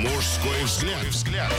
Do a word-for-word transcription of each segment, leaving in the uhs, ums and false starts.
Мужской взгляд. взгляд.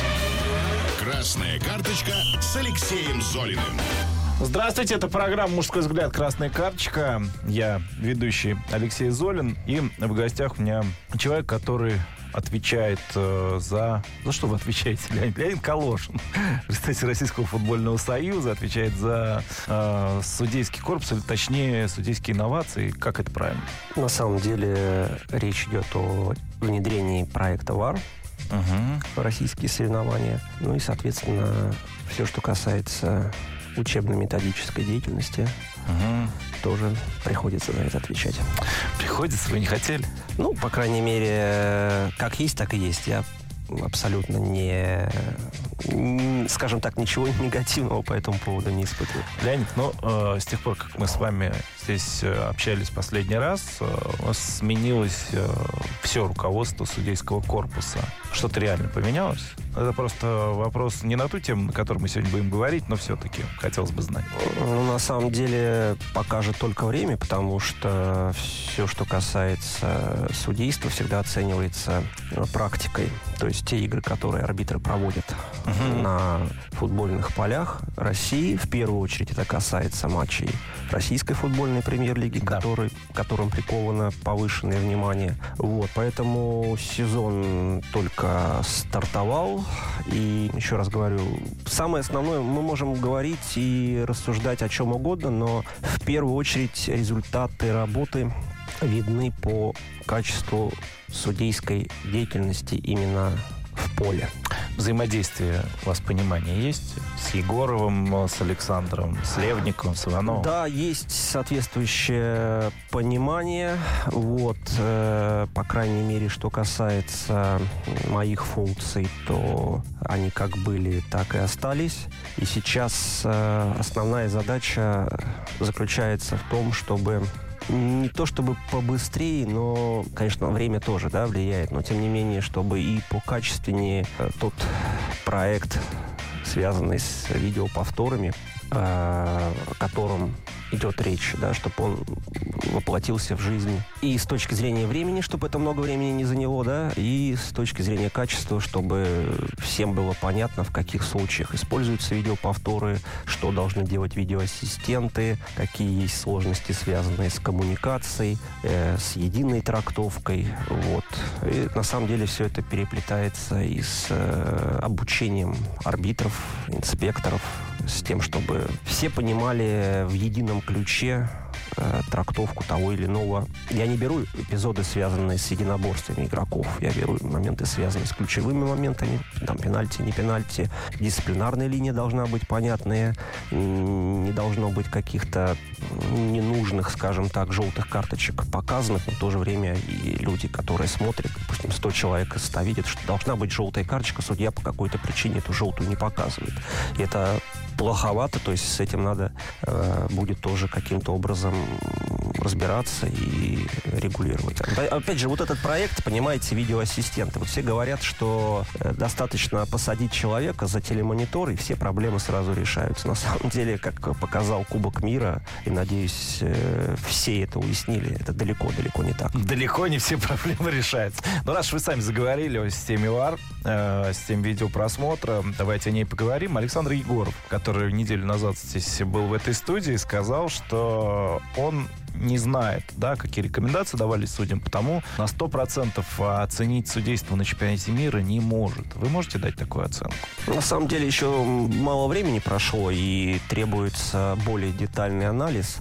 Красная карточка с Алексеем Золиным. Здравствуйте, это программа «Мужской взгляд. Красная карточка». Я ведущий Алексей Золин. И в гостях у меня человек, который отвечает э, за... За что вы отвечаете, Леонид? Леонид Колошин, представитель Российского футбольного союза, отвечает за э, судейский корпус, или точнее, судейские инновации. Как это правильно? На самом деле речь идет о внедрении проекта ВАР Угу. в российские соревнования. Ну и, соответственно, все, что касается учебно-методической деятельности, Угу. тоже приходится за это отвечать. Приходится, вы не хотели? Ну, по крайней мере, как есть, так и есть. Я абсолютно не, не скажем так, ничего негативного по этому поводу не испытываю. Леонид, ну, э, с тех пор, как мы с вами здесь э, общались последний раз, э, у вас сменилось э, все руководство судейского корпуса. Что-то реально поменялось? Это просто вопрос не на ту тему, на которой мы сегодня будем говорить, но все-таки хотелось бы знать. Ну, на самом деле, покажет только время, потому что все, что касается судейства, всегда оценивается практикой. То есть те игры, которые арбитры проводят uh-huh. на футбольных полях России, в первую очередь это касается матчей российской футбольной премьер-лиги, да. который, которым приковано повышенное внимание. Вот, поэтому сезон только стартовал. И еще раз говорю, самое основное, мы можем говорить и рассуждать о чем угодно, но в первую очередь результаты работы видны по качеству судейской деятельности именно в поле. Взаимодействие, у вас понимание есть? С Егоровым, с Александром, с Левниковым, с Ивановым? Да, есть соответствующее понимание. Вот, э, по крайней мере, что касается моих функций, то они как были, так и остались. И сейчас э, основная задача заключается в том, чтобы не то чтобы побыстрее, но, конечно, время тоже, да, влияет, но тем не менее, чтобы и покачественнее тот проект, связанный с видеоповторами, о котором идет речь, да, чтобы он воплотился в жизнь. И с точки зрения времени, чтобы это много времени не заняло, да, и с точки зрения качества, чтобы всем было понятно, в каких случаях используются видеоповторы, что должны делать видеоассистенты, какие есть сложности, связанные с коммуникацией, э, с единой трактовкой. Вот. И на самом деле все это переплетается и с э, обучением арбитров, инспекторов, с тем, чтобы все понимали в едином ключе э, трактовку того или иного. Я не беру эпизоды, связанные с единоборствами игроков. Я беру моменты, связанные с ключевыми моментами. Там пенальти, не пенальти. Дисциплинарная линия должна быть понятная. Не должно быть каких-то ненужных, скажем так, желтых карточек показанных. Но в то же время и люди, которые смотрят, допустим, сто человек из ста видят, что должна быть желтая карточка. Судья по какой-то причине эту желтую не показывает. И это плоховато, то есть с этим надо э, будет тоже каким-то образом разбираться и регулировать. Опять же, вот этот проект, понимаете, видеоассистенты. Вот все говорят, что э, достаточно посадить человека за телемонитор, и все проблемы сразу решаются. На самом деле, как показал Кубок мира, и, надеюсь, э, все это уяснили, это далеко-далеко не так. Далеко не все проблемы решаются. Но раз вы сами заговорили о системе ВАР, э, системе видеопросмотра, давайте о ней поговорим. Александр Егоров, который неделю назад здесь был в этой студии, сказал, что он не знает, да, какие рекомендации давались судьям, потому на сто процентов оценить судейство на чемпионате мира не может. Вы можете дать такую оценку? На самом деле еще мало времени прошло и требуется более детальный анализ,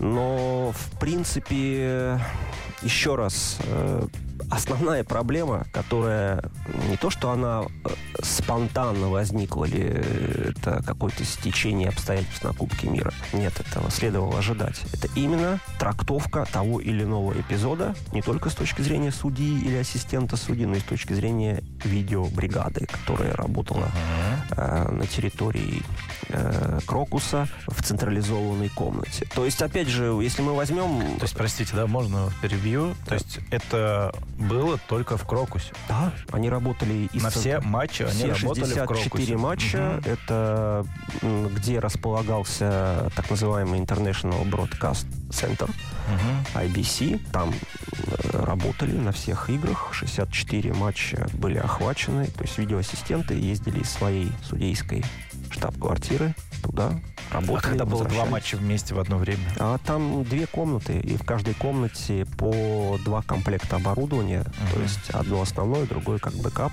но в принципе, еще раз, основная проблема, которая не то, что она спонтанно возникла, или это какое-то стечение обстоятельств на Кубке мира. Нет, этого следовало ожидать. Это именно трактовка того или иного эпизода, не только с точки зрения судьи или ассистента судьи, но и с точки зрения видеобригады, которая работала э, на территории э, Крокуса в централизованной комнате. То есть, опять же, если мы возьмем... То есть, простите, да, можно перебью? Да. То есть, это было только в Крокусе? Да, они работали... На из... все матчи они все работали в Крокусе? шестьдесят четыре матча. Угу. Это где располагался так называемый International Broadcast Center, угу. ай би си. Там работали на всех играх. шестьдесят четыре матча были охвачены. То есть видеоассистенты ездили из своей судейской штаб-квартиры туда, работали. А когда было два матча вместе в одно время? А там две комнаты, и в каждой комнате по два комплекта оборудования. Uh-huh. То есть одно основное, другое как бэкап.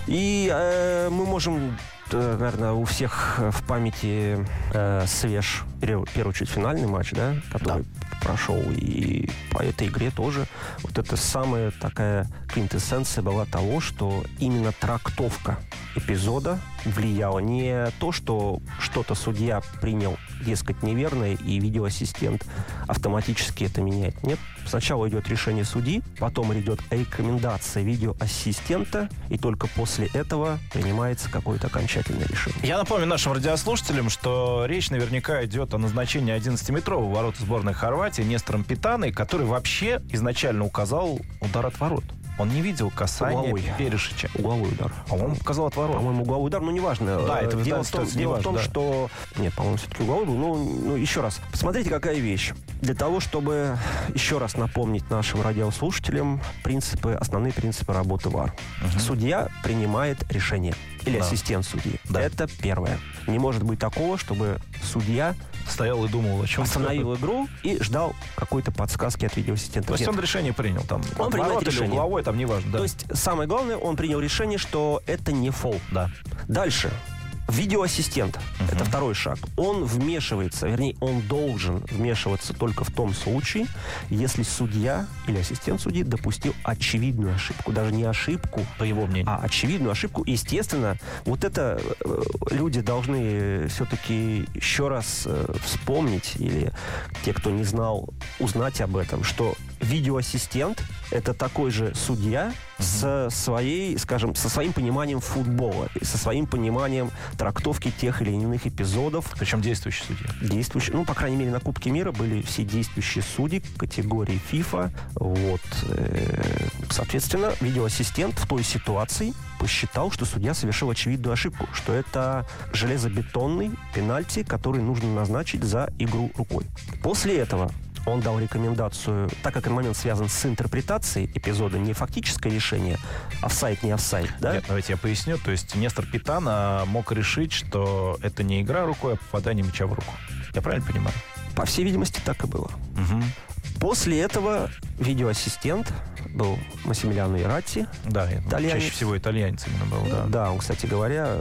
И э, мы можем, э, наверное, у всех в памяти э, свеж, в первую очередь, финальный матч, да, который да. прошел. И по этой игре тоже вот это самая такая квинтэссенция была того, что именно трактовка эпизода влияла. Не то, что что-то судья принял, дескать, неверное, и видеоассистент автоматически это меняет. Нет. Сначала идет решение судьи, потом идет рекомендация видеоассистента, и только после этого принимается какое-то окончательное решение. Я напомню нашим радиослушателям, что речь наверняка идет о назначении одиннадцатиметрового ворота сборной Хорватии Нестором Питаной, который вообще изначально указал удар от ворот. Он не видел касания угловой. Перешича. Угловой удар. А он показал от ворот. По-моему, угловой удар, но неважно. Да, это дело в том, дело в том да. что... Нет, по-моему, все-таки угловой был. Ну, ну, еще раз. Посмотрите, какая вещь. Для того, чтобы еще раз напомнить нашим радиослушателям принципы, основные принципы работы ВАР. Угу. Судья принимает решение. Или да. ассистент судьи. Да. Это первое. Не может быть такого, чтобы судья стоял и думал, о чем остановил игру и ждал какой-то подсказки от видеоассистента. То есть Нет. он решение принял там. Он принимает решение. Угловой, там неважно. Да. То есть самое главное, он принял решение, что это не фол. Да. Дальше. Видеоассистент. Uh-huh. Это второй шаг. Он вмешивается, вернее, он должен вмешиваться только в том случае, если судья или ассистент судьи допустил очевидную ошибку. Даже не ошибку, по его мнению, а очевидную ошибку. Естественно, вот это э, люди должны все-таки еще раз э, вспомнить, или те, кто не знал, узнать об этом, что видеоассистент — это такой же судья uh-huh. со своей, скажем, со своим пониманием футбола, со своим пониманием трактовки тех или иных эпизодов. Причем действующий судья. Действующий. Ну, по крайней мере, на Кубке мира были все действующие судьи категории FIFA. Вот. Соответственно, видеоассистент в той ситуации посчитал, что судья совершил очевидную ошибку, что это железобетонный пенальти, который нужно назначить за игру рукой. После этого он дал рекомендацию, так как этот момент связан с интерпретацией эпизода, не фактическое решение, офсайд, не офсайд, да? Нет, давайте я поясню. То есть Нестор Питана мог решить, что это не игра рукой, а попадание мяча в руку. Я правильно понимаю? По всей видимости, так и было. Угу. После этого видеоассистент был Массимилиано Иратти. Да, чаще всего итальянец именно был, да. Да, он, кстати говоря,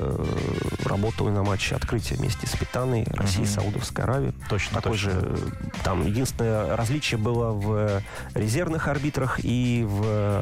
работал на матче открытия вместе с Питаной России и угу. Саудовской Аравии. Точно, Такой точно. же, там единственное различие было в резервных арбитрах и в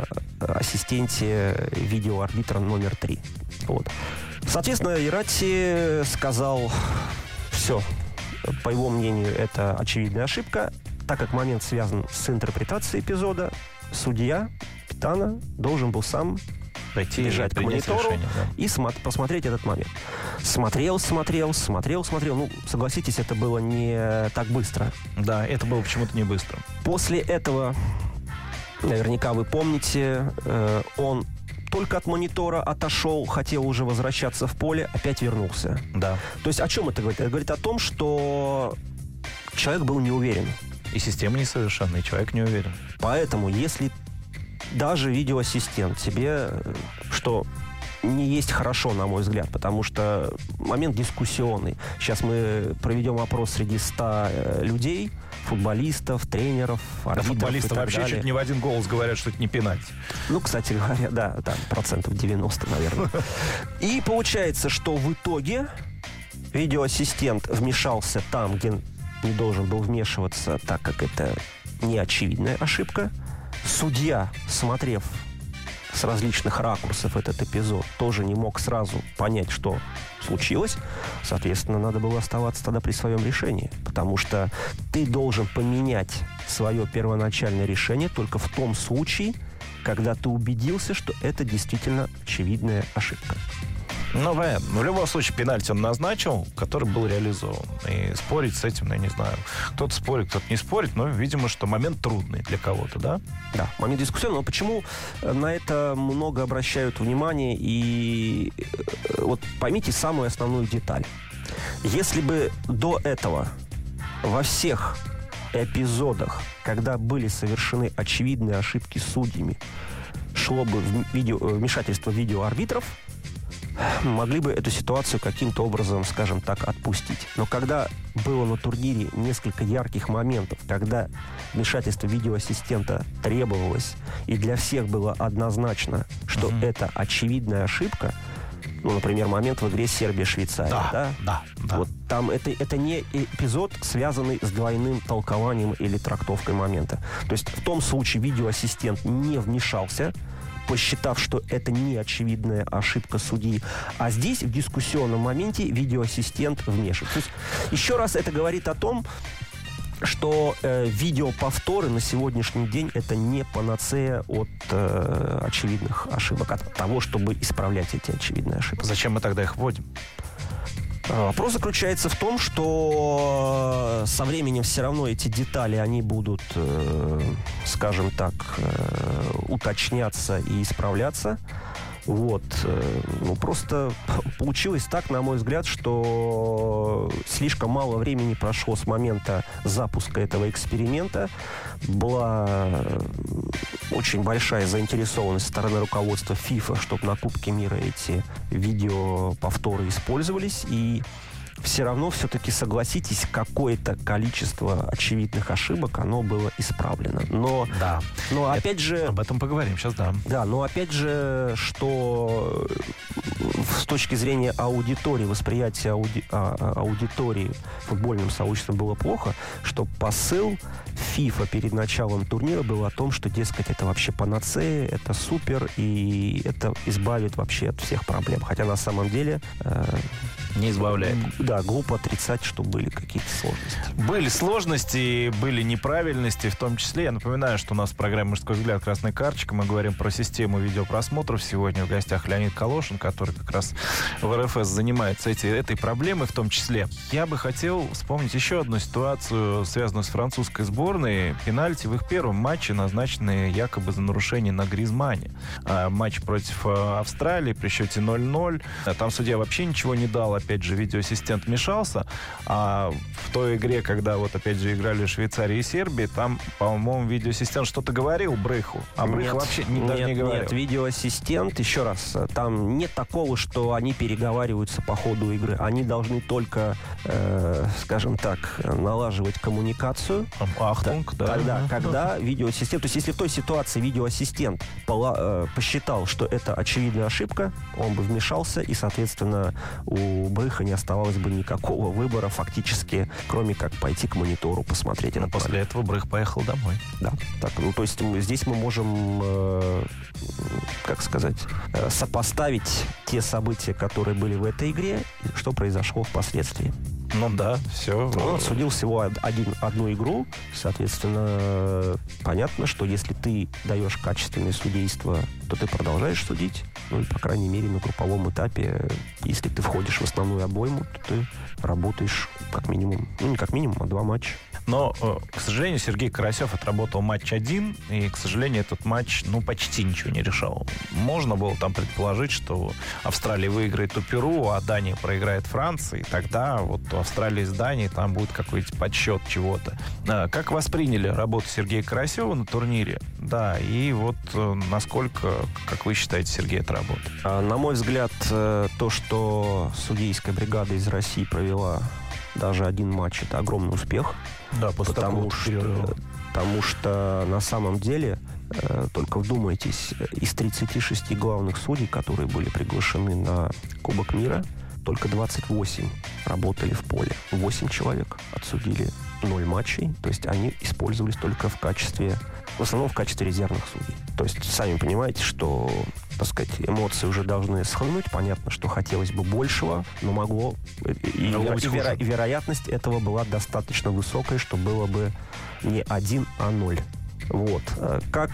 ассистенте видеоарбитра номер три. Вот. Соответственно, Иратти сказал: все, по его мнению, это очевидная ошибка. Так как момент связан с интерпретацией эпизода, судья Питана должен был сам пойти бежать к монитору решение, да. и смо- посмотреть этот момент. Смотрел, смотрел, смотрел, смотрел. Ну, согласитесь, это было не так быстро. Да, это было почему-то не быстро. После этого, наверняка вы помните, э, он только от монитора отошел, хотел уже возвращаться в поле, опять вернулся. Да. То есть о чем это говорит? Это говорит о том, что человек был не уверен. И система несовершенная, и человек не уверен. Поэтому, если даже видеоассистент тебе, что не есть хорошо, на мой взгляд, потому что момент дискуссионный. Сейчас мы проведем опрос среди ста людей, футболистов, тренеров, арбитров. Да, футболисты вообще далее. чуть не в один голос говорят, что это не пенальти. Ну, кстати говоря, да, да, процентов девяносто, наверное. И получается, что в итоге видеоассистент вмешался там, где не должен был вмешиваться, так как это не очевидная ошибка. Судья, смотрев с различных ракурсов этот эпизод, тоже не мог сразу понять, что случилось. Соответственно, надо было оставаться тогда при своем решении. Потому что ты должен поменять свое первоначальное решение только в том случае, когда ты убедился, что это действительно очевидная ошибка. Ну, понятно. В любом случае, пенальти он назначил, который был реализован. И спорить с этим, ну, я не знаю. Кто-то спорит, кто-то не спорит, но, видимо, что момент трудный для кого-то, да? Да, момент дискуссионный. Но почему на это много обращают внимание? И вот поймите самую основную деталь. Если бы до этого во всех эпизодах, когда были совершены очевидные ошибки судьями, шло бы в видео, вмешательство видеоарбитров, могли бы эту ситуацию каким-то образом, скажем так, отпустить. Но когда было на турнире несколько ярких моментов, когда вмешательство видеоассистента требовалось, и для всех было однозначно, что mm-hmm. это очевидная ошибка, ну, например, момент в игре Сербия-Швейцария, да, да? Да, да. Вот там это, это не эпизод, связанный с двойным толкованием или трактовкой момента. То есть в том случае видеоассистент не вмешался, посчитав, что это не очевидная ошибка судьи. А здесь, в дискуссионном моменте, видеоассистент вмешивается. То есть, еще раз это говорит о том, что э, видеоповторы на сегодняшний день это не панацея от э, очевидных ошибок, от того, чтобы исправлять эти очевидные ошибки. Зачем мы тогда их вводим? Вопрос заключается в том, что со временем все равно эти детали, они будут, э, скажем так, э, уточняться и исправляться. Вот. Ну, просто получилось так, на мой взгляд, что слишком мало времени прошло с момента запуска этого эксперимента. Была очень большая заинтересованность со стороны руководства FIFA, чтобы на Кубке мира эти видеоповторы использовались. И все равно, все-таки, согласитесь, какое-то количество очевидных ошибок, оно было исправлено. Но, да. но Это, опять же... Об этом поговорим сейчас, да. Да, но опять же, что с точки зрения аудитории, восприятия ауди, а, аудитории футбольным сообществом было плохо, что посыл FIFA перед началом турнира был о том, что, дескать, это вообще панацея, это супер, и это избавит вообще от всех проблем. Хотя на самом деле... Э, не избавляет. Да, глупо отрицать, что были какие-то сложности. Были сложности, были неправильности, в том числе. Я напоминаю, что у нас в программе «Мужской взгляд. Красная карточка». Мы говорим про систему видеопросмотров. Сегодня в гостях Леонид Колошин, который как раз в эр эф эс занимается эти, этой проблемой в том числе. Я бы хотел вспомнить еще одну ситуацию, связанную с французской сборной. Пенальти в их первом матче, назначенные якобы за нарушение на Гризманне. А, матч против а, Австралии при счете ноль ноль. А, там судья вообще ничего не дал. Опять же, видеоассистент вмешался. А в той игре, когда вот опять же играли Швейцария и Сербия, там, по-моему, видеоассистент что-то говорил Брыху. А Брых нет, вообще не, нет, даже не говорил. Нет, видеоассистент, еще раз, там нет такого, что они переговариваются по ходу игры. Они должны только, э, скажем так, налаживать коммуникацию. Ахтунг, да. Когда, когда видеоассистент, то есть если в той ситуации видеоассистент пола, э, посчитал, что это очевидная ошибка, он бы вмешался, и, соответственно, у Брыха не оставалось бы никакого выбора фактически, кроме как пойти к монитору, посмотреть. Но после момент. этого Брых поехал домой. Да. Так, ну, то есть мы, здесь мы можем, э, как сказать, э, сопоставить те события, которые были в этой игре, что произошло впоследствии. Ну да, все. Он отсудил всего один, одну игру. Соответственно, понятно, что если ты даешь качественное судейство, то ты продолжаешь судить. Ну и, по крайней мере, на групповом этапе, если ты входишь в основную обойму, то ты работаешь как минимум, ну не как минимум, а два матча. Но, к сожалению, Сергей Карасев отработал матч один, и, к сожалению, этот матч, ну, почти ничего не решал. Можно было там предположить, что Австралия выиграет у Перу, а Дания проиграет Франции, и тогда вот у Австралии с Данией там будет какой-то подсчет чего-то. Как восприняли работу Сергея Карасева на турнире? Да, и вот насколько, как вы считаете, Сергей, это работает? На мой взгляд, то, что судейская бригада из России провела даже один матч, это огромный успех. Да, после потому что, потому что на самом деле, э, только вдумайтесь, из тридцати шести главных судей, которые были приглашены на Кубок мира, только двадцать восемь работали в поле. восемь человек отсудили ноль матчей. То есть они использовались только в качестве, в основном в качестве резервных судей. То есть сами понимаете, что, так сказать, эмоции уже должны схлынуть. Понятно, что хотелось бы большего, но могло... И, и, веро, и, веро, и вероятность этого была достаточно высокой, что было бы не один, а ноль. Вот. Как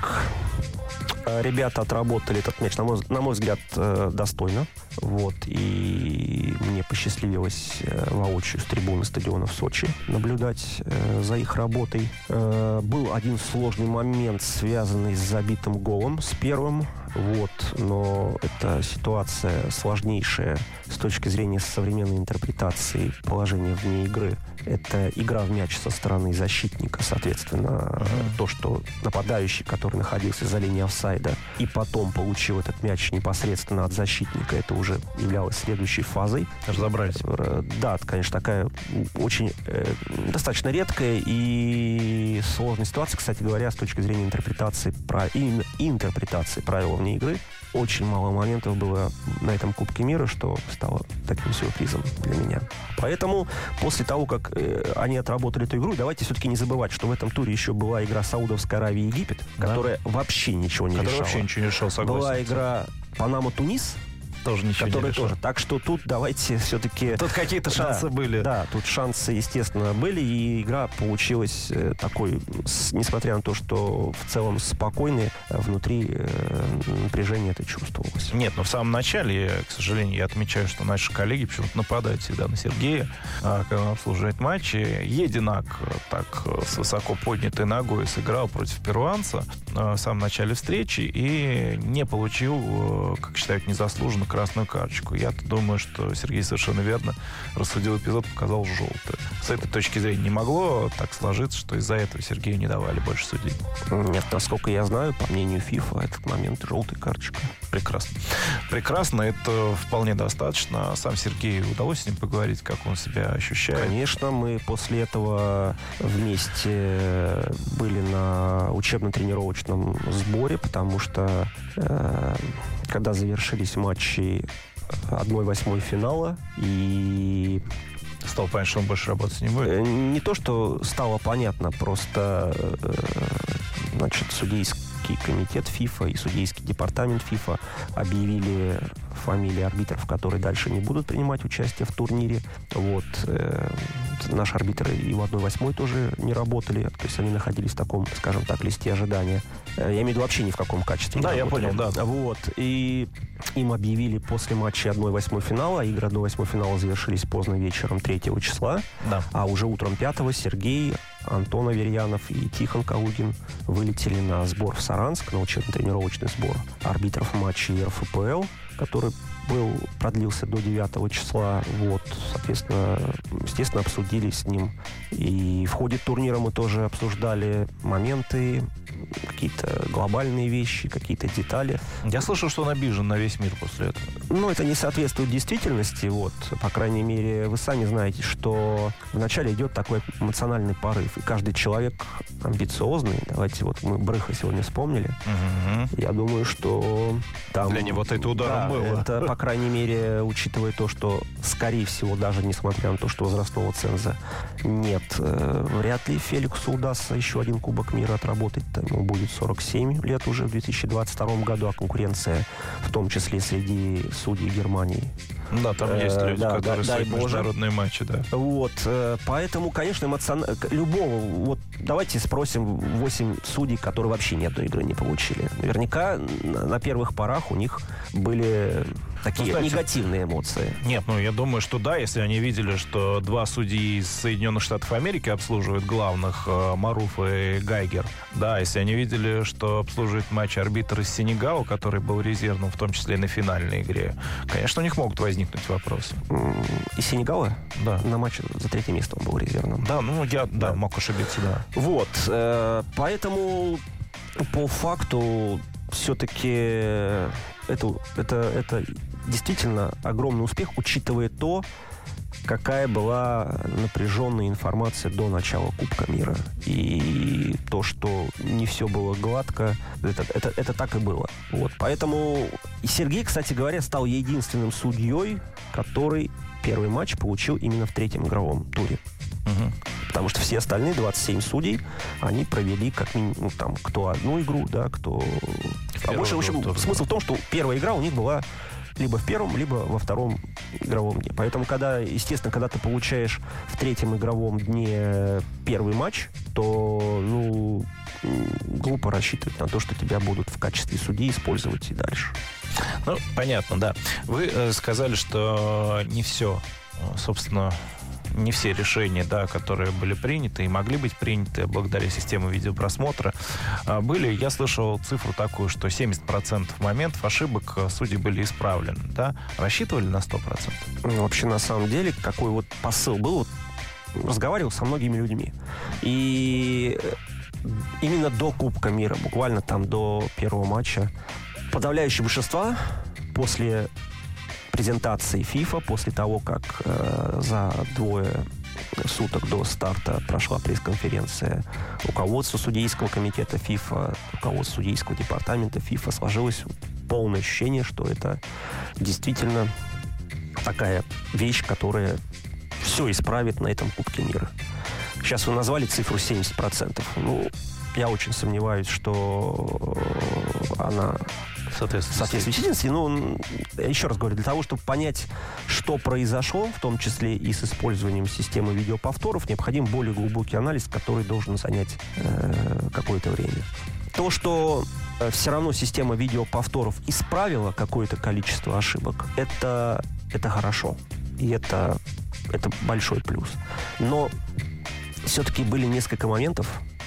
ребята отработали этот мяч, на мой, на мой взгляд, достойно. Вот. И мне посчастливилось воочию с трибуны стадиона в Сочи наблюдать за их работой. Был один сложный момент, связанный с забитым голом, с первым. Вот. Но эта ситуация сложнейшая с точки зрения современной интерпретации положения вне игры. Это игра в мяч со стороны защитника, соответственно, uh-huh. то, что нападающий, который находился за линией офсайда, и потом получил этот мяч непосредственно от защитника, это уже являлось следующей фазой. Разобрались. Да, конечно, такая очень э, достаточно редкая и сложная ситуация, кстати говоря, с точки зрения интерпретации, прав... именно интерпретации правил вне игры. Очень мало моментов было на этом Кубке мира, что стало таким сюрпризом для меня. Поэтому после того, как э, они отработали эту игру, давайте все-таки не забывать, что в этом туре еще была игра Саудовской Аравии и Египет, да. которая вообще ничего не которая решала. вообще ничего не решала, согласен. Была игра Панама-Тунис, тоже ничего который не решил. тоже. Так что тут давайте все-таки... Тут какие-то шансы да, были. Да, тут шансы, естественно, были, и игра получилась э, такой, с, несмотря на то, что в целом спокойной, внутри э, напряжение это чувствовалось. Нет, но в самом начале, к сожалению, я отмечаю, что наши коллеги почему-то нападают всегда на Сергея, когда он обслуживает матчи. Единак так с высоко поднятой ногой сыграл против перуанца в самом начале встречи и не получил, как считают, незаслуженно красную карточку. Я-то думаю, что Сергей совершенно верно рассудил эпизод, показал желтую. С этой точки зрения не могло так сложиться, что из-за этого Сергею не давали больше судить. Нет, насколько я знаю, по мнению ФИФА, этот момент желтая карточка. Прекрасно. Прекрасно, это вполне достаточно. Сам Сергею удалось с ним поговорить, как он себя ощущает? Конечно, мы после этого вместе были на учебно-тренировочном сборе, потому что э, когда завершились матчи одна восьмая финала, и... Стало понятно, что он больше работать не будет? Не то, что стало понятно, просто э, значит, судейский комитет ФИФА и судейский департамент ФИФА объявили фамилии арбитров, которые дальше не будут принимать участие в турнире. Вот. Э, наши арбитры и в одна восьмая тоже не работали. То есть они находились в таком, скажем так, листе ожидания. Я имею в виду вообще ни в каком качестве. Да, я работали. понял, да. Вот. И им объявили после матча одна восьмая финала. Игры одна восьмая финала завершились поздно вечером третьего числа. Да. А уже утром пятого Сергей, Антон Аверьянов и Тихон Калугин вылетели на сбор в Саранск, на учебно-тренировочный сбор арбитров матчей эр эф пэ эл, который был, продлился до девятого числа. Вот, соответственно, естественно, обсудили с ним. И в ходе турнира мы тоже обсуждали моменты, какие-то глобальные вещи, какие-то детали. Я слышал, что он обижен на весь мир после этого. Ну, это не соответствует действительности. Вот, по крайней мере, вы сами знаете, что вначале идет такой эмоциональный порыв. И каждый человек амбициозный. Давайте вот мы Брыха сегодня вспомнили. Угу. Я думаю, что там... Для него это ударом да, было. Это, по крайней мере, учитывая то, что, скорее всего, даже несмотря на то, что возрастного ценза нет, э, вряд ли Феликсу удастся еще один Кубок мира отработать. Там ему будет сорок семь лет уже в две тысячи двадцать втором году, а конкуренция, в том числе среди судей Германии. Да, там есть люди, да, которые да, судят международные матчи, да. Вот, поэтому, конечно, эмоционально... Любого... Вот давайте спросим восемь судей, которые вообще ни одной игры не получили. Наверняка на первых порах у них были такие ну, знаете, негативные эмоции. Нет, ну я думаю, что да, если они видели, что два судьи из Соединенных Штатов Америки обслуживают главных, э, Маруф и Гайгер, да, если они видели, что обслуживает матч арбитр из Сенегала, который был резервным, в том числе и на финальной игре, конечно, у них могут возникнуть вопросы. Из Сенегала? Да. На матче за третье место он был резервным. Да, ну я да, да. мог ошибиться, да. Вот, э, поэтому по факту все-таки это, это, это действительно огромный успех, учитывая то, какая была напряженная информация до начала Кубка мира. И то, что не все было гладко, это, это, это так и было. Вот. Поэтому и Сергей, кстати говоря, стал единственным судьей, который первый матч получил именно в третьем игровом туре. Угу. Потому что все остальные двадцать семь судей, они провели как минимум, ну, там, кто одну игру, да, кто... А больше, в общем, тоже, смысл да. в том, что первая игра у них была либо в первом, либо во втором игровом дне. Поэтому, когда, естественно, когда ты получаешь в третьем игровом дне первый матч, то, ну, глупо рассчитывать на то, что тебя будут в качестве судьи использовать и дальше. Ну, понятно, да. Вы э, сказали, что не все, собственно... Не все решения, да, которые были приняты и могли быть приняты благодаря системе видеопросмотра, были. Я слышал цифру такую, что семьдесят процентов моментов ошибок судей были исправлены. Да? Рассчитывали на сто процентов? Ну, вообще, на самом деле, какой вот посыл был, вот разговаривал со многими людьми. И именно до Кубка мира, буквально там до первого матча, подавляющее большинство после презентации ФИФА, после того, как э, за двое суток до старта прошла пресс-конференция руководства судейского комитета ФИФА, руководства судейского департамента ФИФА, сложилось полное ощущение, что это действительно такая вещь, которая все исправит на этом Кубке мира. Сейчас вы назвали цифру семьдесят процентов. Ну, я очень сомневаюсь, что она соответствует действительности. Но, я еще раз говорю, для того, чтобы понять, что произошло, в том числе и с использованием системы видеоповторов, необходим более глубокий анализ, который должен занять э, какое-то время. То, что э, все равно система видеоповторов исправила какое-то количество ошибок, это, это хорошо. И это, это большой плюс. Но все-таки были несколько моментов.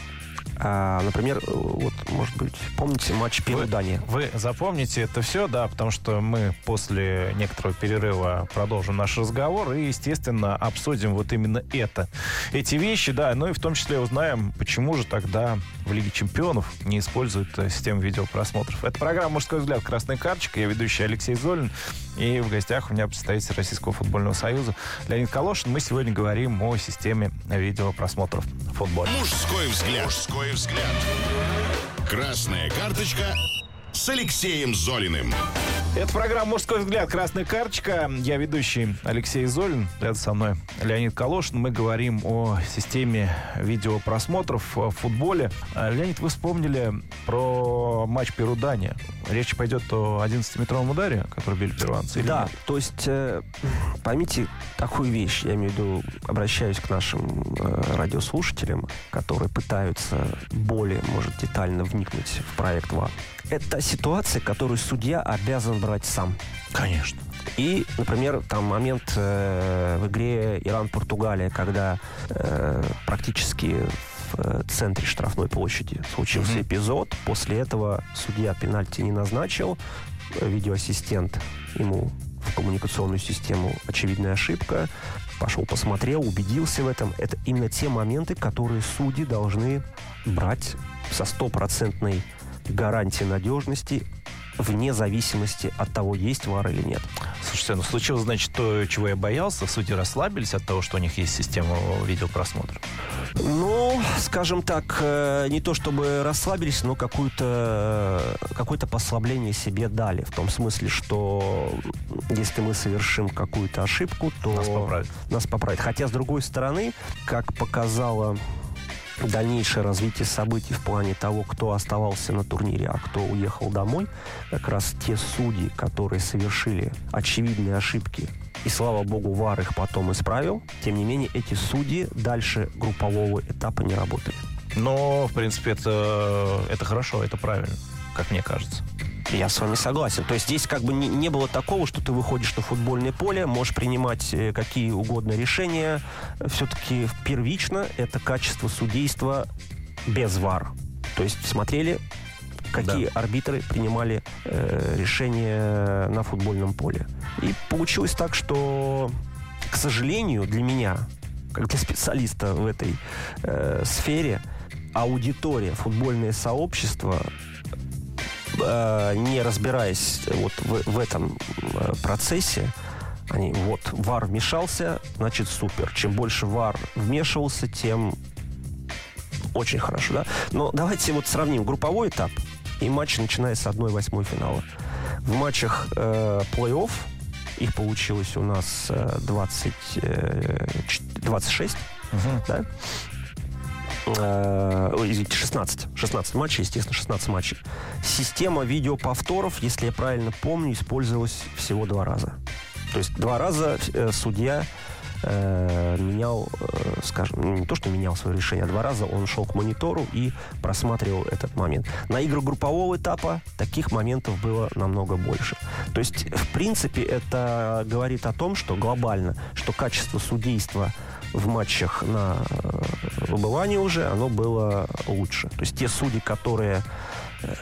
А, например, вот, может быть, помните матч Перу-Дания? Вы, вы запомните это все, да, потому что мы после некоторого перерыва продолжим наш разговор и, естественно, обсудим вот именно это. Эти вещи, да, ну и в том числе узнаем, почему же тогда в Лиге чемпионов не используют систему видеопросмотров. Это программа «Мужской взгляд. Красная карточка». Я ведущий Алексей Золин. И в гостях у меня представитель Российского футбольного союза Леонид Калошин. Мы сегодня говорим о системе видеопросмотров в футболе. «Мужской взгляд». «Мужской взгляд». Красная карточка с Алексеем Золиным. Это программа «Мужской взгляд. Красная карточка». Я ведущий Алексей Золин. Рядом со мной Леонид Калошин. Мы говорим о системе видеопросмотров в футболе. Леонид, вы вспомнили про матч Перу-Дания. Речь пойдет о одиннадцатиметровом ударе, который били перуанцы? Да, нет? То есть э, поймите такую вещь. Я имею в виду, обращаюсь к нашим э, радиослушателям, которые пытаются более, может, детально вникнуть в проект ВАР. Это ситуация, которую судья обязан брать сам. Конечно. И, например, там момент э, в игре Иран-Португалия, когда э, практически в центре штрафной площади случился mm-hmm. эпизод. После этого судья пенальти не назначил. Видеоассистент ему в коммуникационную систему очевидная ошибка. Пошел, посмотрел, убедился в этом. Это именно те моменты, которые судьи должны брать со стопроцентной гарантией надежности, вне зависимости от того, есть ВАР или нет. Слушайте, ну случилось, значит, то, чего я боялся. Судьи расслабились от того, что у них есть система видеопросмотра. Ну, скажем так, не то чтобы расслабились, но какую-то, какое-то послабление себе дали. В том смысле, что если мы совершим какую-то ошибку, то нас поправят. Нас поправят. Хотя, с другой стороны, как показало дальнейшее развитие событий в плане того, кто оставался на турнире, а кто уехал домой, как раз те судьи, которые совершили очевидные ошибки, и, слава богу, ВАР их потом исправил, тем не менее, эти судьи дальше группового этапа не работали. Но, в принципе, это, это хорошо, это правильно, как мне кажется. Я с вами согласен. То есть здесь как бы не, не было такого, что ты выходишь на футбольное поле, можешь принимать э, какие угодно решения. Все-таки первично это качество судейства без ВАР. То есть смотрели, какие да. арбитры принимали э, решения на футбольном поле. И получилось так, что, к сожалению, для меня, как для специалиста в этой э, сфере, аудитория, футбольное сообщество, не разбираясь вот в, в этом процессе, они вот ВАР вмешался, значит супер. Чем больше ВАР вмешивался, тем очень хорошо, да? Но давайте вот сравним групповой этап и матч, начиная с одной восьмой финала. В матчах э, плей-офф их получилось у нас двадцать, двадцать шесть, uh-huh. да? Извините, шестнадцать. шестнадцать матчей, естественно, шестнадцать матчей. Система видеоповторов, если я правильно помню, использовалась всего два раза. То есть два раза э, судья э, менял, э, скажем, не то, что менял свое решение, а два раза он шел к монитору и просматривал этот момент. На играх группового этапа таких моментов было намного больше. То есть, в принципе, это говорит о том, что глобально, что качество судейства в матчах на выбывании уже, оно было лучше. То есть те судьи, которые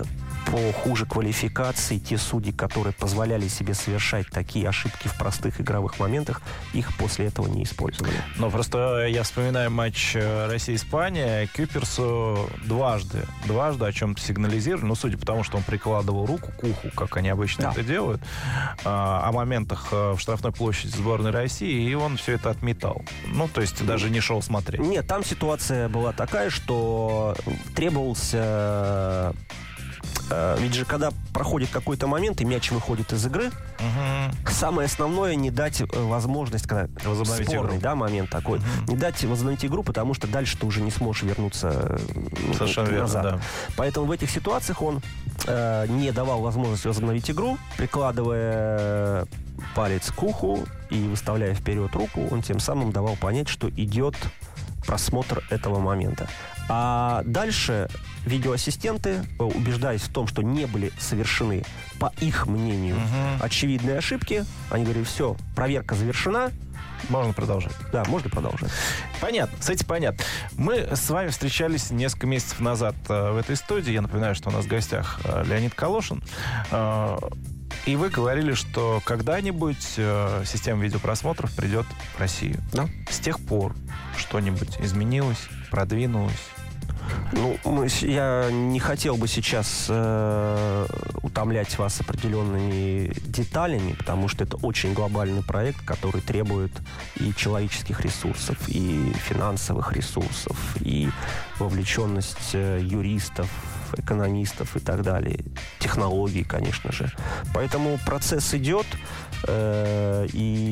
по хуже квалификации, те судьи, которые позволяли себе совершать такие ошибки в простых игровых моментах, их после этого не использовали. Но просто я вспоминаю матч Россия-Испания. Кюперсу дважды, дважды о чем-то сигнализировали. Ну, судя по тому, что он прикладывал руку к уху, как они обычно да. это делают, о моментах в штрафной площади сборной России, и он все это отметал. Ну, то есть даже не шел смотреть. Нет, там ситуация была такая, что требовался... Ведь же, когда проходит какой-то момент, и мяч выходит из игры, угу. самое основное — не дать возможность, когда возобновить спорный игру. Да, момент такой, угу. не дать возобновить игру, потому что дальше ты уже не сможешь вернуться Совершенно назад. Верно, да. Поэтому в этих ситуациях он э, не давал возможность возобновить игру, прикладывая палец к уху и выставляя вперед руку, он тем самым давал понять, что идет просмотр этого момента. А дальше видеоассистенты, убеждаясь в том, что не были совершены, по их мнению, угу. очевидные ошибки, они говорили: все, проверка завершена. Можно продолжать. Да, можно продолжать. Понятно, с этим понятно. Мы с вами встречались несколько месяцев назад э, в этой студии. Я напоминаю, что у нас в гостях э, Леонид Колошин. Э, и вы говорили, что когда-нибудь э, система видеопросмотров придет в Россию. Да. С тех пор что-нибудь изменилось, продвинулось? Ну, мы, я не хотел бы сейчас э, утомлять вас определенными деталями, потому что это очень глобальный проект, который требует и человеческих ресурсов, и финансовых ресурсов, и вовлеченность э, юристов, экономистов и так далее. Технологий, конечно же. Поэтому процесс идет, э,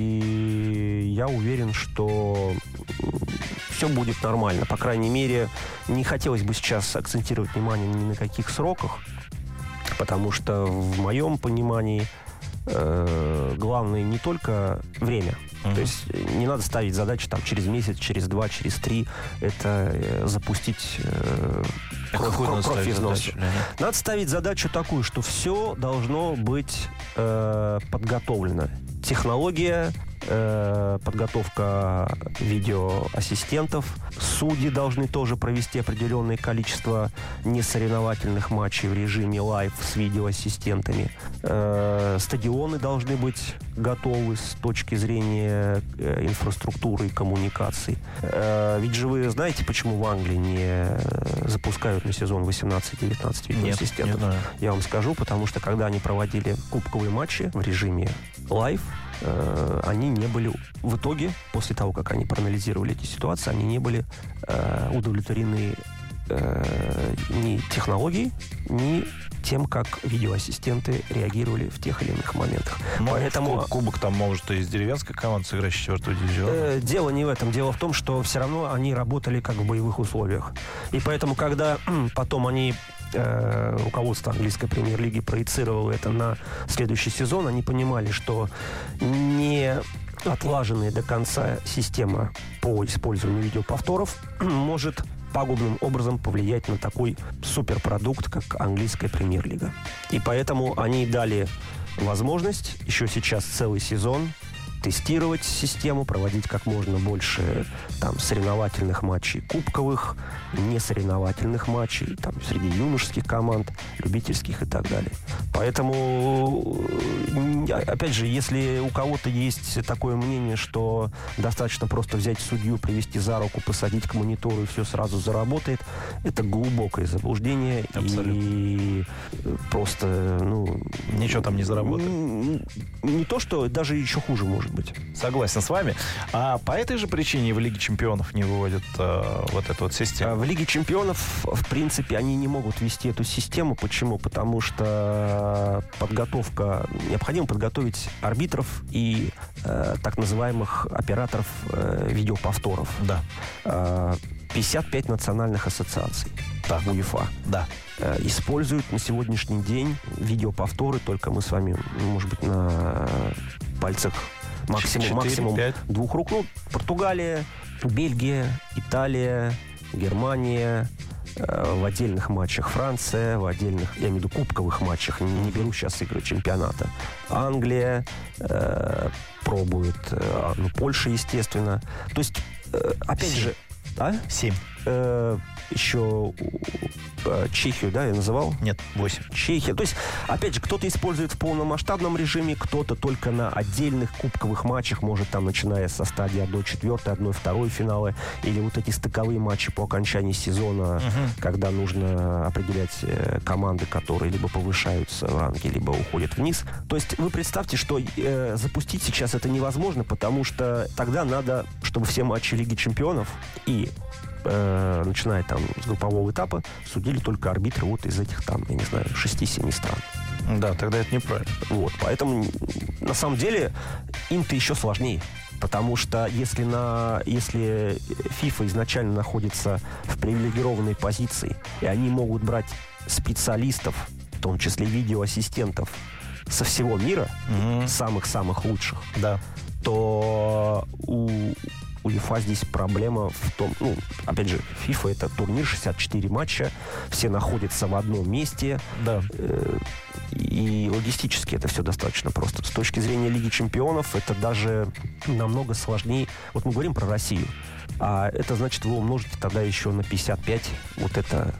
и я уверен, что все будет нормально. По крайней мере, не хотелось бы сейчас акцентировать внимание ни на каких сроках, потому что в моем понимании э, главное не только время. Uh-huh. То есть не надо ставить задачу там через месяц, через два, через три. Это э, запустить э, кровь, кровь, кровь из носа. Надо ставить задачу такую, что все должно быть э, подготовлено. Технология, э, подготовка видеоассистентов. Судьи должны тоже провести определенное количество несоревновательных матчей в режиме лайв с видеоассистентами. Э, стадионы должны быть готовы с точки зрения э, инфраструктуры и коммуникаций. Э, ведь же вы знаете, почему в Англии не запускают на сезон восемнадцать-девятнадцать видеоассистентов? Нет, не знаю. Я вам скажу, потому что когда они проводили кубковые матчи в режиме лайв, э, они не были в итоге, после того, как они проанализировали эти ситуации, они не были э, удовлетворены э, ни технологией, ни тем, как видеоассистенты реагировали в тех или иных моментах. Ну, поэтому кубок там может и из деревенской команды сыграть четвертую дивизион. Э, дело не в этом. Дело в том, что все равно они работали как в боевых условиях. И поэтому, когда потом они э, руководство английской премьер-лиги проецировало это на следующий сезон, они понимали, что не отлаженная до конца система по использованию видеоповторов может пагубным образом повлиять на такой суперпродукт, как английская премьер-лига. И поэтому они дали возможность еще сейчас целый сезон тестировать систему, проводить как можно больше там соревновательных матчей кубковых, несоревновательных матчей там среди юношеских команд, любительских и так далее. Поэтому, опять же, если у кого-то есть такое мнение, что достаточно просто взять судью, привести за руку, посадить к монитору и все сразу заработает, это глубокое заблуждение. Абсолютно. И просто, ну... Ничего там не заработает. Не, не то, что даже еще хуже может быть. Согласен с вами. А по этой же причине в Лиге чемпионов не выводят э, вот эту вот систему? В Лиге чемпионов, в принципе, они не могут ввести эту систему. Почему? Потому что подготовка... Необходимо подготовить арбитров и э, так называемых операторов э, видеоповторов. Да. Э, пятьдесят пять национальных ассоциаций. Так. УЕФА. Да. Э, используют на сегодняшний день видеоповторы, только мы с вами, может быть, на пальцах максимум, четыре, максимум двух рук. Ну, Португалия, Бельгия, Италия, Германия, э, в отдельных матчах Франция, в отдельных, я имею в виду, кубковых матчах, не, не беру сейчас игры чемпионата. Англия э, пробует, э, ну, Польша, естественно. То есть, э, опять Семь. же... А? Семь. э, еще э, Чехию, да, я называл? Нет, восемь. Чехия. То есть, опять же, кто-то использует в полномасштабном режиме, кто-то только на отдельных кубковых матчах, может, там, начиная со стадии одна четвертая, одна вторая финала, или вот эти стыковые матчи по окончании сезона, угу. когда нужно определять э, команды, которые либо повышаются в ранге, либо уходят вниз. То есть, вы представьте, что э, запустить сейчас это невозможно, потому что тогда надо, чтобы все матчи Лиги Чемпионов и э, начиная там с группового этапа судили только арбитры вот из этих там, я не знаю, шести-семи стран. Да, тогда это неправильно. Вот, поэтому на самом деле им-то еще сложнее. Потому что если, на, если FIFA изначально находится в привилегированной позиции, и они могут брать специалистов, в том числе видеоассистентов, со всего мира, mm-hmm. самых-самых лучших, да. то у УЕФА здесь проблема в том, ну, опять же, FIFA это турнир, шестьдесят четыре матча, все находятся в одном месте, да. э, и логистически это все достаточно просто. С точки зрения Лиги Чемпионов это даже намного сложнее. Вот мы говорим про Россию, а это значит, вы умножите тогда еще на пятьдесят пять вот эта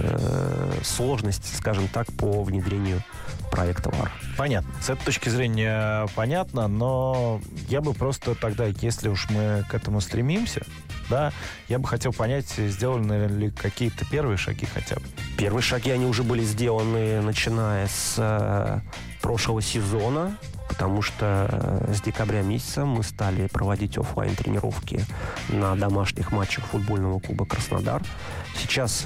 э, сложность, скажем так, по внедрению проекта ВАР. Понятно. С этой точки зрения понятно, но я бы просто тогда, если уж мы к этому стремимся, да, я бы хотел понять, сделаны ли какие-то первые шаги хотя бы. Первые шаги, они уже были сделаны, начиная с э, прошлого сезона, потому что э, с декабря месяца мы стали проводить офлайн тренировки на домашних матчах футбольного клуба «Краснодар». Сейчас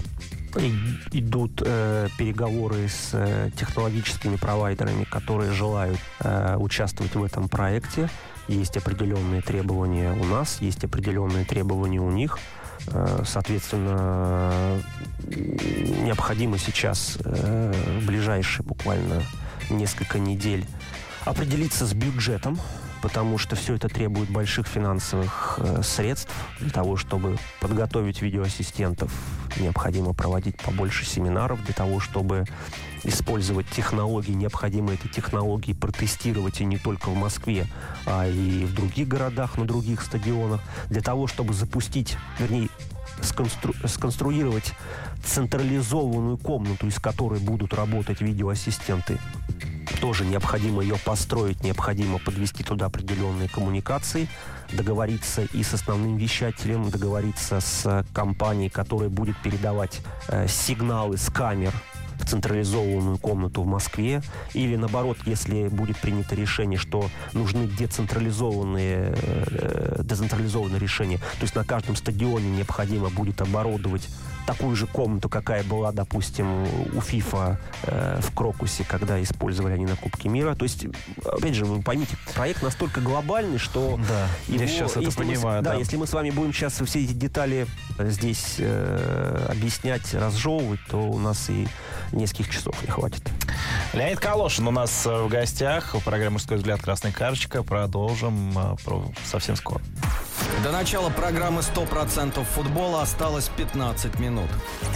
и, идут э, переговоры с э, технологическими провайдерами, которые желают э, участвовать в этом проекте. Есть определенные требования у нас, есть определенные требования у них. Э, соответственно, необходимо сейчас э, в ближайшие буквально несколько недель определиться с бюджетом, потому что все это требует больших финансовых э, средств. Для того, чтобы подготовить видеоассистентов, необходимо проводить побольше семинаров. Для того, чтобы использовать технологии, необходимо эти технологии протестировать и не только в Москве, а и в других городах, на других стадионах. Для того, чтобы запустить, вернее, сконстру... сконструировать централизованную комнату, из которой будут работать видеоассистенты, тоже необходимо ее построить, необходимо подвести туда определенные коммуникации, договориться и с основным вещателем, договориться с компанией, которая будет передавать э, сигналы с камер в централизованную комнату в Москве, или наоборот, если будет принято решение, что нужны децентрализованные, э, децентрализованные решения, то есть на каждом стадионе необходимо будет оборудовать такую же комнату, какая была, допустим, у FIFA э, в Крокусе, когда использовали они на Кубке мира. То есть, опять же, вы поймите, проект настолько глобальный, что... Да, его, я сейчас это понимаю. Мы, да, да, если мы с вами будем сейчас все эти детали здесь э, объяснять, разжевывать, то у нас и нескольких часов не хватит. Леонид Калошин у нас в гостях в программе «Мужской взгляд. Красная карточка». Продолжим про... совсем скоро. До начала программы сто процентов футбола осталось пятнадцать минут.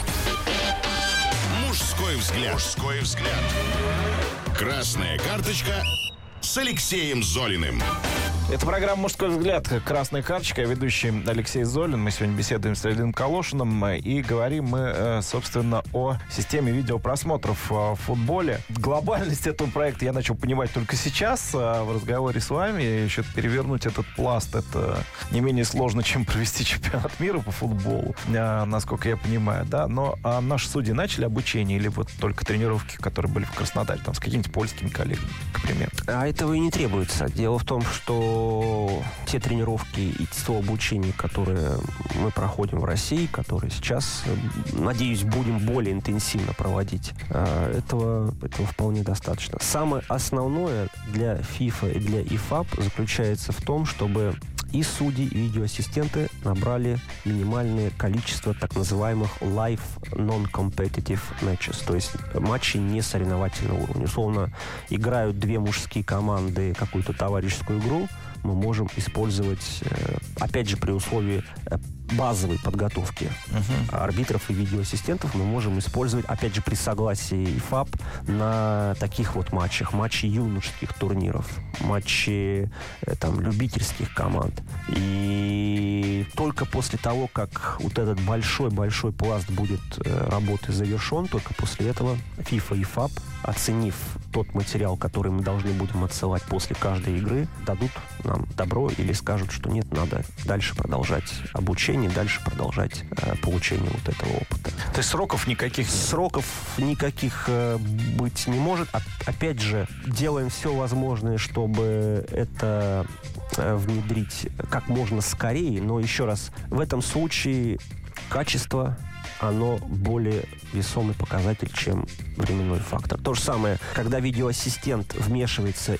Мужской взгляд. Мужской взгляд. Красная карточка с Алексеем Золиным. Это программа «Мужской взгляд». Красная карточка. Я ведущий Алексей Золин. Мы сегодня беседуем с Леонидом Калошиным. И говорим мы, собственно, о системе видеопросмотров в футболе. Глобальность этого проекта я начал понимать только сейчас. В разговоре с вами еще перевернуть этот пласт, это не менее сложно, чем провести чемпионат мира по футболу, насколько я понимаю. Да? Но а наши судьи начали обучение или вот только тренировки, которые были в Краснодаре, там, с какими-то польскими коллегами, к примеру? А этого и не требуется. Дело в том, что те тренировки и то обучение, которые мы проходим в России, которые сейчас, надеюсь, будем более интенсивно проводить, этого, этого вполне достаточно. Самое основное для FIFA и для ИФАБ заключается в том, чтобы и судьи, и видеоассистенты набрали минимальное количество так называемых live non-competitive matches, то есть матчи не соревновательного уровня. Условно, играют две мужские команды какую-то товарищескую игру, мы можем использовать, опять же, при условии базовой подготовки uh-huh. арбитров и видеоассистентов мы можем использовать, опять же, при согласии ИФАБ на таких вот матчах. Матчи юношеских турниров, матчи там, любительских команд. И только после того, как вот этот большой-большой пласт будет работы завершен, только после этого ФИФА и ИФАБ, оценив тот материал, который мы должны будем отсылать после каждой игры, дадут нам добро или скажут, что нет, надо дальше продолжать обучение, дальше продолжать э, получение вот этого опыта. То есть сроков никаких нет? Сроков никаких э, быть не может. А, опять же, делаем все возможное, чтобы это э, внедрить как можно скорее, но еще раз, в этом случае качество, оно более весомый показатель, чем временной фактор. То же самое, когда видеоассистент вмешивается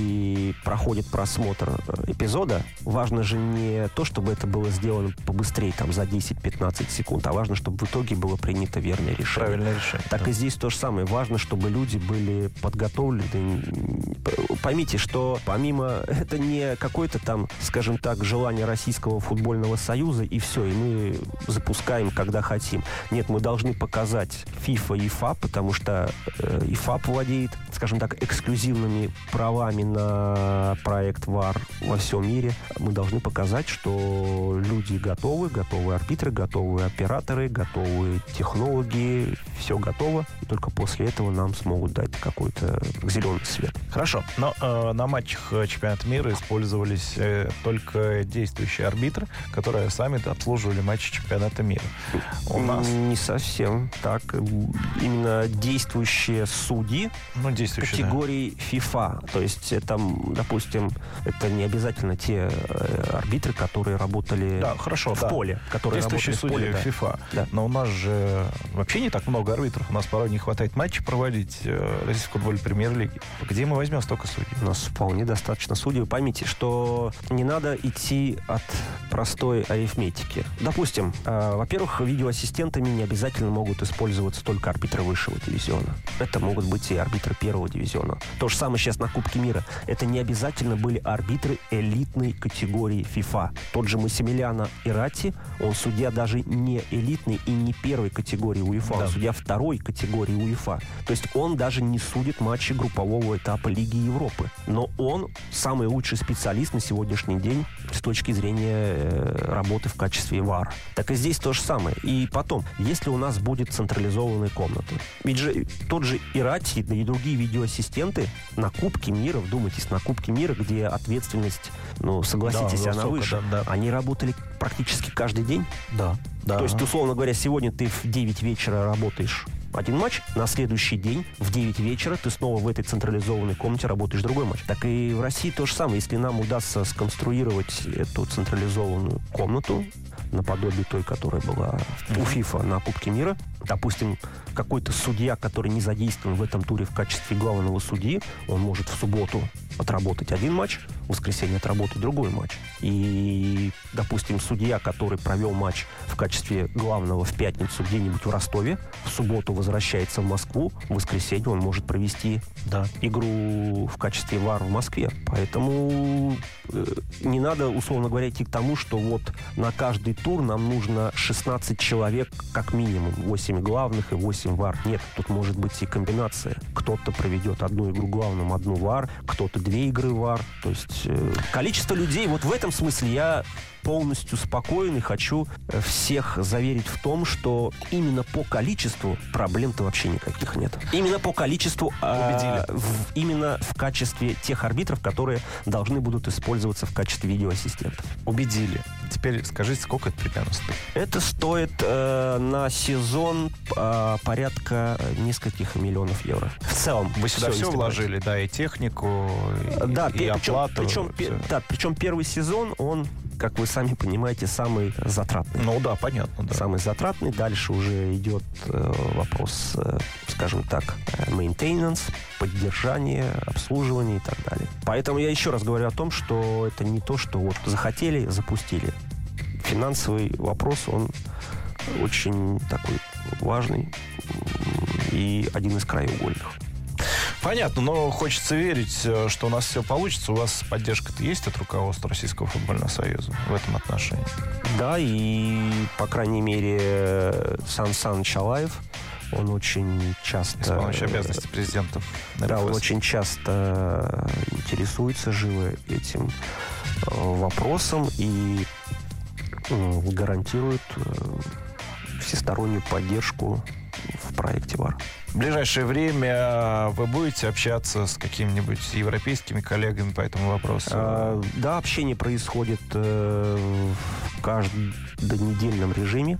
и проходит просмотр эпизода, важно же не то, чтобы это было сделано побыстрее, там, за десять-пятнадцать секунд, а важно, чтобы в итоге было принято верное решение. Правильное решение. Так да. И здесь то же самое. Важно, чтобы люди были подготовлены. Поймите, что помимо... Это не какое-то там, скажем так, желание Российского футбольного союза, и все, и мы запускаем, когда хотим. Нет, мы должны показать ФИФА и ИФАБ, потому что э, ИФАБ владеет, скажем так, эксклюзивными правами на проект ВАР во всем мире. Мы должны показать, что люди готовы, готовы арбитры, готовы операторы, готовы технологи, все готово. И только после этого нам смогут дать какой-то зеленый свет. Хорошо, но э, на матчах чемпионата мира использовались э, только действующие арбитры, которые сами обслуживали матчи чемпионата мира. У нас... Не совсем так. Именно действующие судьи ну, действующие, категории да. FIFA. То есть, это, допустим, это не обязательно те э, арбитры, которые работали да, хорошо, в да. поле. Которые действующие судьи в поле, да. FIFA. Да. Но у нас же вообще не так много арбитров. У нас порой не хватает матчей проводить э, российской футбольной премьер-лиги. Где мы возьмем столько судей? У нас вполне достаточно судей. Вы поймите, что не надо идти от простой арифметики. Допустим, э, во-первых, видеоассистентами не обязательно могут использоваться только арбитры высшего дивизиона. Это могут быть и арбитры первого дивизиона. То же самое сейчас на Кубке мира. Это не обязательно были арбитры элитной категории FIFA. Тот же Массимилиано Ирати, он судья даже не элитной и не первой категории УЕФА, да. Он судья второй категории УЕФА. То есть он даже не судит матчи группового этапа Лиги Европы. Но он самый лучший специалист на сегодняшний день с точки зрения э, работы в качестве ВАР. Так и здесь то же самое. И потом, если у нас будет централизованная комната, ведь же тот же Ирати, да и другие видеоассистенты на Кубке мира, вдумайтесь, на Кубке мира, где ответственность, ну, согласитесь, да, она высоко, выше, да, да. Они работали практически каждый день. Да, да. То есть, условно говоря, сегодня ты в девять вечера работаешь один матч, на следующий день в девять вечера ты снова в этой централизованной комнате работаешь другой матч. Так и в России то же самое. Если нам удастся сконструировать эту централизованную комнату, наподобие той, которая была у ФИФА на Кубке мира, допустим, какой-то судья, который не задействован в этом туре в качестве главного судьи, он может в субботу отработать один матч, в воскресенье отработать другой матч. И, допустим, судья, который провел матч в качестве главного в пятницу где-нибудь в Ростове, в субботу возвращается в Москву, в воскресенье он может провести да. игру в качестве ВАР в Москве. Поэтому э, не надо, условно говоря, идти к тому, что вот на каждый тур нам нужно шестнадцать человек как минимум, восемь главных и восемь ВАР. Нет, тут может быть и комбинация. Кто-то проведет одну игру главным, одну ВАР, кто-то две игры ВАР. То есть э, количество людей, вот в этом смысле я полностью спокоен и хочу всех заверить в том, что именно по количеству проблем-то вообще никаких нет. Именно по количеству, убедили. А, в, именно в качестве тех арбитров, которые должны будут использоваться в качестве видеоассистентов. Убедили. Теперь скажите, сколько это примерно стоит? Это стоит э, на сезон э, порядка нескольких миллионов евро. В целом. Вы сюда все, все вложили, да, и технику, и, да, и причем, оплату. Причем, пе, да, причем первый сезон, он, как вы сами понимаете, самый затратный. Ну да, понятно. Да. Самый затратный. Дальше уже идет э, вопрос, э, скажем так, maintenance, поддержание, обслуживание и так далее. Поэтому я еще раз говорю о том, что это не то, что вот захотели, запустили. Финансовый вопрос, он очень такой важный и один из краеугольных. Понятно, но хочется верить, что у нас все получится. У вас поддержка-то есть от руководства Российского футбольного союза в этом отношении? Да, и, по крайней мере, Сан Саныч Алаев, он очень часто... Исполняющий обязанности президента. Да, он очень часто интересуется живо этим вопросом и гарантирует всестороннюю поддержку в проекте ВАР. В ближайшее время вы будете общаться с какими-нибудь европейскими коллегами по этому вопросу? А, да, общение происходит э, в каждонедельном режиме.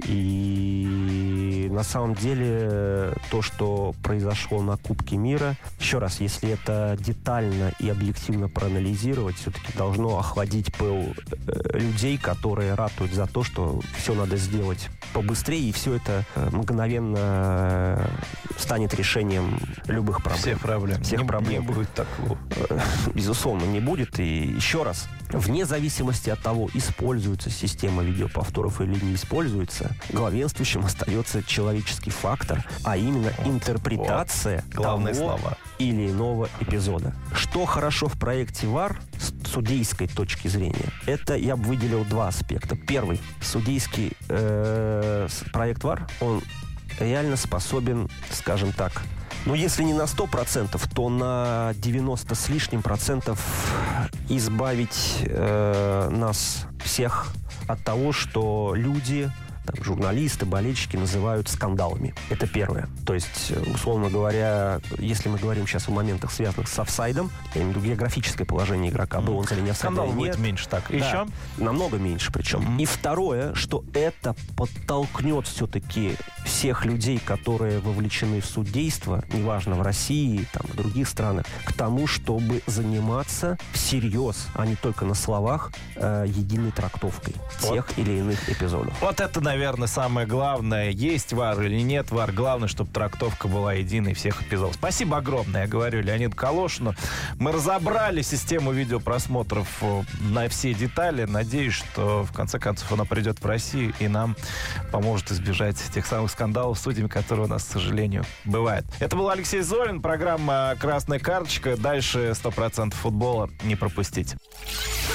И на самом деле то, что произошло на Кубке мира, еще раз, если это детально и объективно проанализировать, все-таки должно охладить пыл людей, которые ратуют за то, что все надо сделать побыстрее, и все это мгновенно станет решением любых проблем. Всех проблем. Всех не, проблем. Не будет такого. Безусловно, не будет. И еще раз, вне зависимости от того, используется система видеоповторов или не используется, главенствующим остается человеческий фактор, а именно вот, интерпретация вот. Главные того слова. Или иного эпизода. Что хорошо в проекте ВАР с судейской точки зрения, это я бы выделил два аспекта. Первый, судейский э, проект ВАР, он реально способен, скажем так, ну, если не на сто процентов, то на девяносто с лишним процентов избавить э, нас всех от того, что люди, там, журналисты, болельщики называют скандалами. Это первое. То есть, условно говоря, если мы говорим сейчас о моментах, связанных с офсайдом, я имею в виду географическое положение игрока, был он или не офсайд, скандал или будет нет. меньше так. Да, еще? Намного меньше причем. Mm-hmm. И второе, что это подтолкнет все-таки всех людей, которые вовлечены в судейство, неважно, в России, там, в других странах, к тому, чтобы заниматься всерьез, а не только на словах, э, единой трактовкой вот. Тех или иных эпизодов. Вот это, наверное, самое главное. Есть ВАР или нет ВАР. Главное, чтобы трактовка была единой всех эпизодов. Спасибо огромное, я говорю, Леониду Калошину. Мы разобрали систему видеопросмотров на все детали. Надеюсь, что в конце концов она придет в Россию и нам поможет избежать тех самых скандалов с судьями, которые у нас, к сожалению, бывают. Это был Алексей Зорин, программа «Красная карточка». Дальше сто процентов футбола. Не пропустите.